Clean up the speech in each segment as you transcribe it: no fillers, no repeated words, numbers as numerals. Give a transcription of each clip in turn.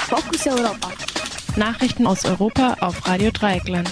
Fokus Europa. Nachrichten aus Europa auf Radio Dreieckland.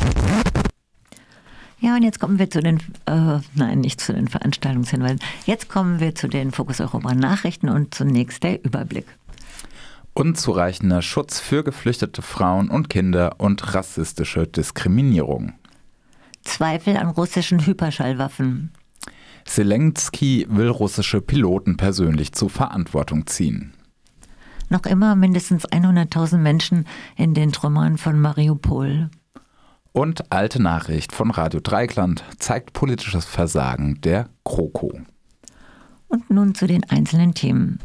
Ja, und jetzt kommen wir zu den, nicht zu den Veranstaltungshinweisen. Jetzt kommen wir zu den Fokus Europa Nachrichten und zunächst der Überblick. Unzureichender Schutz für geflüchtete Frauen und Kinder und rassistische Diskriminierung. Zweifel an russischen Hyperschallwaffen. Zelensky will russische Piloten persönlich zur Verantwortung ziehen. Noch immer mindestens 100.000 Menschen in den Trümmern von Mariupol. Und alte Nachricht von Radio Dreieckland zeigt politisches Versagen der GroKo. Und nun zu den einzelnen Themen.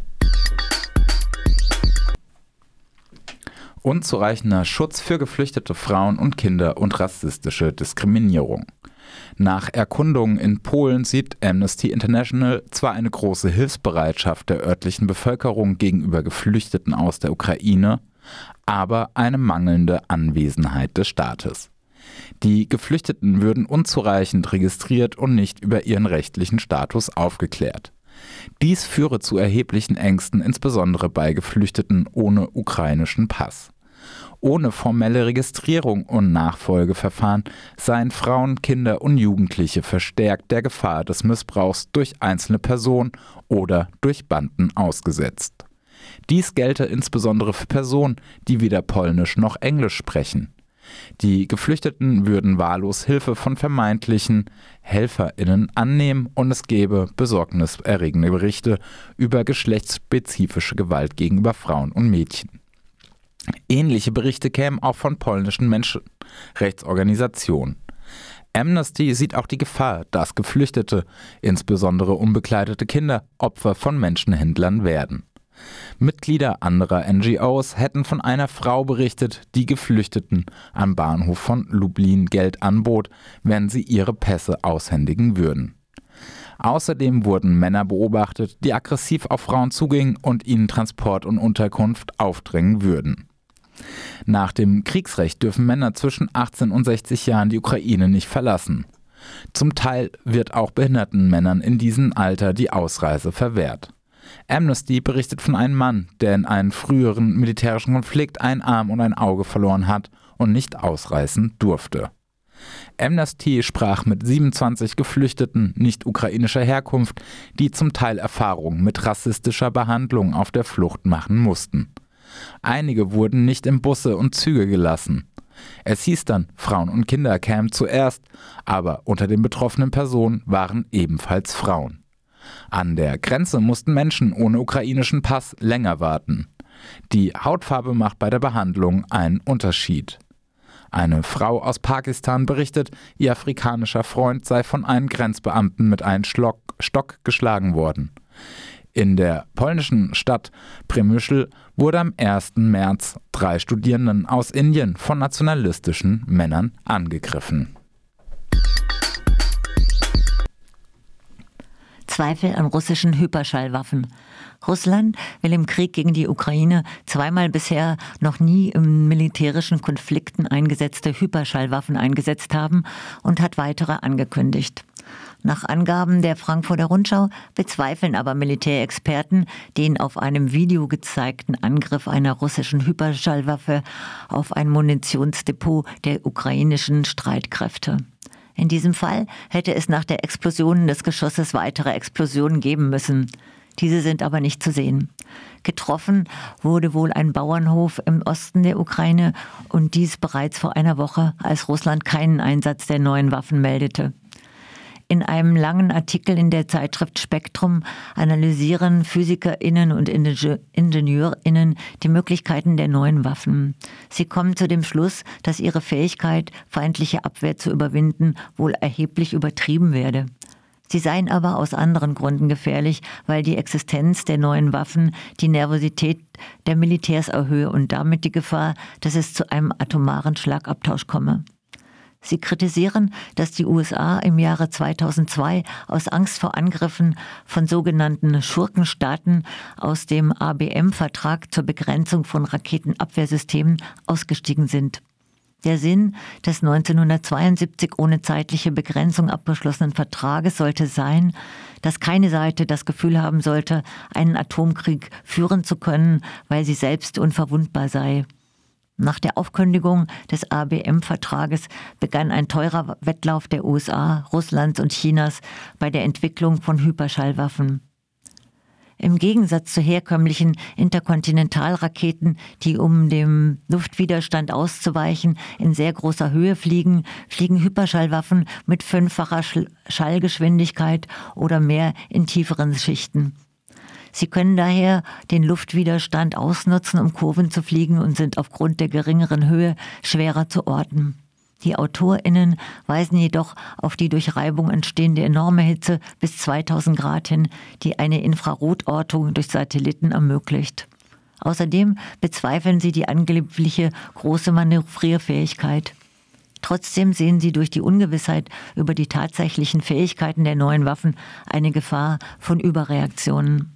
Unzureichender Schutz für geflüchtete Frauen und Kinder und rassistische Diskriminierung. Nach Erkundungen in Polen sieht Amnesty International zwar eine große Hilfsbereitschaft der örtlichen Bevölkerung gegenüber Geflüchteten aus der Ukraine, aber eine mangelnde Anwesenheit des Staates. Die Geflüchteten würden unzureichend registriert und nicht über ihren rechtlichen Status aufgeklärt. Dies führe zu erheblichen Ängsten, insbesondere bei Geflüchteten ohne ukrainischen Pass. Ohne formelle Registrierung und Nachfolgeverfahren seien Frauen, Kinder und Jugendliche verstärkt der Gefahr des Missbrauchs durch einzelne Personen oder durch Banden ausgesetzt. Dies gelte insbesondere für Personen, die weder Polnisch noch Englisch sprechen. Die Geflüchteten würden wahllos Hilfe von vermeintlichen HelferInnen annehmen und es gäbe besorgniserregende Berichte über geschlechtsspezifische Gewalt gegenüber Frauen und Mädchen. Ähnliche Berichte kämen auch von polnischen Menschenrechtsorganisationen. Amnesty sieht auch die Gefahr, dass Geflüchtete, insbesondere unbegleitete Kinder, Opfer von Menschenhändlern werden. Mitglieder anderer NGOs hätten von einer Frau berichtet, die Geflüchteten am Bahnhof von Lublin Geld anbot, wenn sie ihre Pässe aushändigen würden. Außerdem wurden Männer beobachtet, die aggressiv auf Frauen zugingen und ihnen Transport und Unterkunft aufdrängen würden. Nach dem Kriegsrecht dürfen Männer zwischen 18 und 60 Jahren die Ukraine nicht verlassen. Zum Teil wird auch behinderten Männern in diesem Alter die Ausreise verwehrt. Amnesty berichtet von einem Mann, der in einem früheren militärischen Konflikt einen Arm und ein Auge verloren hat und nicht ausreisen durfte. Amnesty sprach mit 27 Geflüchteten nicht-ukrainischer Herkunft, die zum Teil Erfahrungen mit rassistischer Behandlung auf der Flucht machen mussten. Einige wurden nicht in Busse und Züge gelassen. Es hieß dann, Frauen und Kinder kämen zuerst, aber unter den betroffenen Personen waren ebenfalls Frauen. An der Grenze mussten Menschen ohne ukrainischen Pass länger warten. Die Hautfarbe macht bei der Behandlung einen Unterschied. Eine Frau aus Pakistan berichtet, ihr afrikanischer Freund sei von einem Grenzbeamten mit einem Stock geschlagen worden. In der polnischen Stadt Przemyśl wurde am 1. März 3 Studierenden aus Indien von nationalistischen Männern angegriffen. Zweifel an russischen Hyperschallwaffen. Russland will im Krieg gegen die Ukraine zweimal bisher noch nie in militärischen Konflikten eingesetzte Hyperschallwaffen eingesetzt haben und hat weitere angekündigt. Nach Angaben der Frankfurter Rundschau bezweifeln aber Militärexperten den auf einem Video gezeigten Angriff einer russischen Hyperschallwaffe auf ein Munitionsdepot der ukrainischen Streitkräfte. In diesem Fall hätte es nach der Explosion des Geschosses weitere Explosionen geben müssen. Diese sind aber nicht zu sehen. Getroffen wurde wohl ein Bauernhof im Osten der Ukraine und dies bereits vor einer Woche, als Russland keinen Einsatz der neuen Waffen meldete. In einem langen Artikel in der Zeitschrift Spektrum analysieren PhysikerInnen und IngenieurInnen die Möglichkeiten der neuen Waffen. Sie kommen zu dem Schluss, dass ihre Fähigkeit, feindliche Abwehr zu überwinden, wohl erheblich übertrieben werde. Sie seien aber aus anderen Gründen gefährlich, weil die Existenz der neuen Waffen die Nervosität der Militärs erhöhe und damit die Gefahr, dass es zu einem atomaren Schlagabtausch komme. Sie kritisieren, dass die USA im Jahre 2002 aus Angst vor Angriffen von sogenannten Schurkenstaaten aus dem ABM-Vertrag zur Begrenzung von Raketenabwehrsystemen ausgestiegen sind. Der Sinn des 1972 ohne zeitliche Begrenzung abgeschlossenen Vertrages sollte sein, dass keine Seite das Gefühl haben sollte, einen Atomkrieg führen zu können, weil sie selbst unverwundbar sei. Nach der Aufkündigung des ABM-Vertrages begann ein teurer Wettlauf der USA, Russlands und Chinas bei der Entwicklung von Hyperschallwaffen. Im Gegensatz zu herkömmlichen Interkontinentalraketen, die um dem Luftwiderstand auszuweichen in sehr großer Höhe fliegen, fliegen Hyperschallwaffen mit 5-facher Schallgeschwindigkeit oder mehr in tieferen Schichten. Sie können daher den Luftwiderstand ausnutzen, um Kurven zu fliegen und sind aufgrund der geringeren Höhe schwerer zu orten. Die AutorInnen weisen jedoch auf die durch Reibung entstehende enorme Hitze bis 2000 Grad hin, die eine Infrarotortung durch Satelliten ermöglicht. Außerdem bezweifeln sie die angebliche große Manövrierfähigkeit. Trotzdem sehen sie durch die Ungewissheit über die tatsächlichen Fähigkeiten der neuen Waffen eine Gefahr von Überreaktionen.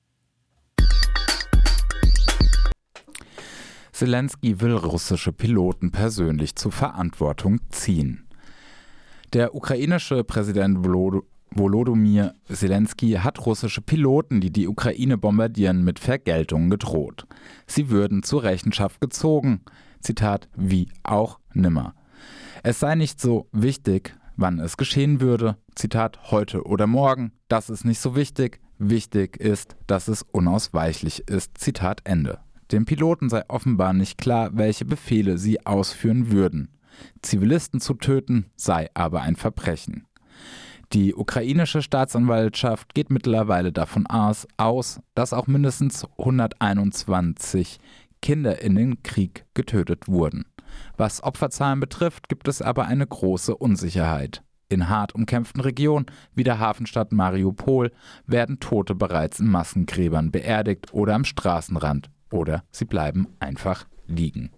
Zelensky will russische Piloten persönlich zur Verantwortung ziehen. Der ukrainische Präsident Volodymyr Zelensky hat russische Piloten, die die Ukraine bombardieren, mit Vergeltung gedroht. Sie würden zur Rechenschaft gezogen. Zitat, wie auch nimmer. Es sei nicht so wichtig, wann es geschehen würde. Zitat, heute oder morgen. Das ist nicht so wichtig. Wichtig ist, dass es unausweichlich ist. Zitat Ende. Den Piloten sei offenbar nicht klar, welche Befehle sie ausführen würden. Zivilisten zu töten sei aber ein Verbrechen. Die ukrainische Staatsanwaltschaft geht mittlerweile davon aus, dass auch mindestens 121 Kinder in den Krieg getötet wurden. Was Opferzahlen betrifft, gibt es aber eine große Unsicherheit. In hart umkämpften Regionen wie der Hafenstadt Mariupol werden Tote bereits in Massengräbern beerdigt oder am Straßenrand. Oder sie bleiben einfach liegen.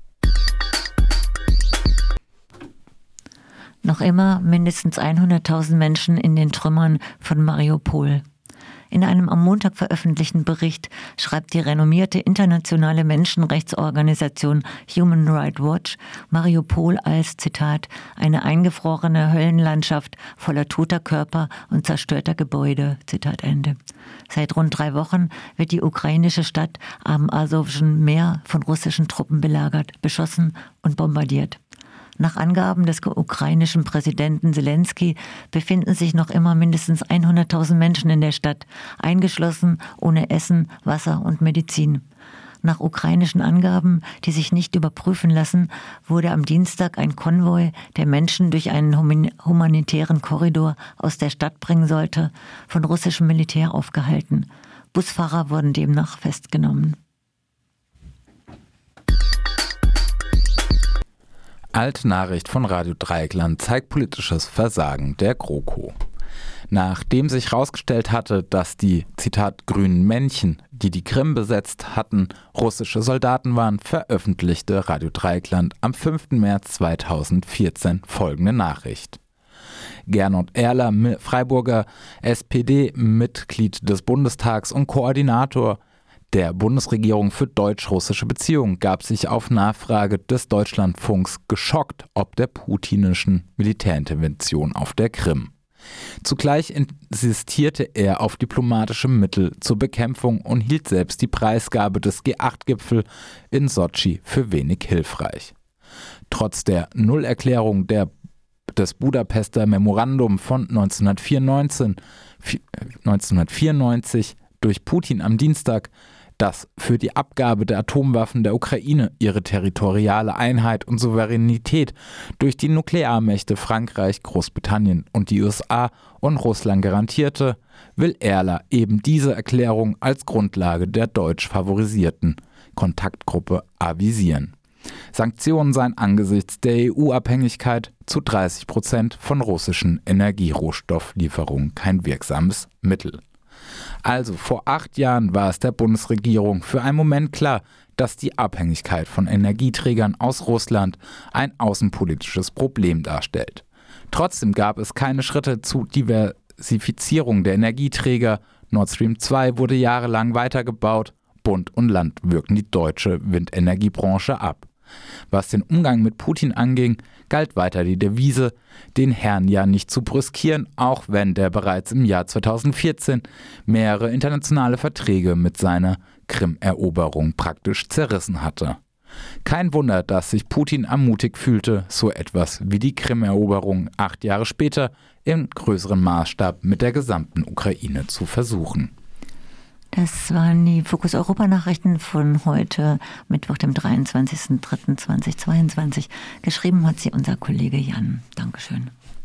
Noch immer mindestens 100.000 Menschen in den Trümmern von Mariupol. In einem am Montag veröffentlichten Bericht schreibt die renommierte internationale Menschenrechtsorganisation Human Rights Watch Mariupol als, Zitat, eine eingefrorene Höllenlandschaft voller toter Körper und zerstörter Gebäude, Zitat Ende. Seit rund 3 Wochen wird die ukrainische Stadt am Asowschen Meer von russischen Truppen belagert, beschossen und bombardiert. Nach Angaben des ukrainischen Präsidenten Zelensky befinden sich noch immer mindestens 100.000 Menschen in der Stadt, eingeschlossen ohne Essen, Wasser und Medizin. Nach ukrainischen Angaben, die sich nicht überprüfen lassen, wurde am Dienstag ein Konvoi, der Menschen durch einen humanitären Korridor aus der Stadt bringen sollte, von russischem Militär aufgehalten. Busfahrer wurden demnach festgenommen. Alte Nachricht von Radio Dreieckland zeigt politisches Versagen der GroKo. Nachdem sich herausgestellt hatte, dass die, Zitat, grünen Männchen, die die Krim besetzt hatten, russische Soldaten waren, veröffentlichte Radio Dreieckland am 5. März 2014 folgende Nachricht. Gernot Erler, Freiburger SPD-Mitglied des Bundestags und Koordinator der Bundesregierung für deutsch-russische Beziehungen, gab sich auf Nachfrage des Deutschlandfunks geschockt ob der putinischen Militärintervention auf der Krim. Zugleich insistierte er auf diplomatische Mittel zur Bekämpfung und hielt selbst die Preisgabe des G8-Gipfels in Sotschi für wenig hilfreich. Trotz der Nullerklärung des Budapester Memorandum von 1994 durch Putin am Dienstag, das für die Abgabe der Atomwaffen der Ukraine ihre territoriale Einheit und Souveränität durch die Nuklearmächte Frankreich, Großbritannien und die USA und Russland garantierte, will Erler eben diese Erklärung als Grundlage der deutsch favorisierten Kontaktgruppe avisieren. Sanktionen seien angesichts der EU-Abhängigkeit zu 30% von russischen Energierohstofflieferungen kein wirksames Mittel. Also vor 8 Jahren war es der Bundesregierung für einen Moment klar, dass die Abhängigkeit von Energieträgern aus Russland ein außenpolitisches Problem darstellt. Trotzdem gab es keine Schritte zur Diversifizierung der Energieträger. Nord Stream 2 wurde jahrelang weitergebaut. Bund und Land wirkten die deutsche Windenergiebranche ab. Was den Umgang mit Putin anging, galt weiter die Devise, den Herrn ja nicht zu brüskieren, auch wenn der bereits im Jahr 2014 mehrere internationale Verträge mit seiner Krim-Eroberung praktisch zerrissen hatte. Kein Wunder, dass sich Putin ermutigt fühlte, so etwas wie die Krim-Eroberung 8 Jahre später im größeren Maßstab mit der gesamten Ukraine zu versuchen. Das waren die Fokus Europa Nachrichten von heute, Mittwoch, dem 23.03.2022. Geschrieben hat sie unser Kollege Jan. Dankeschön.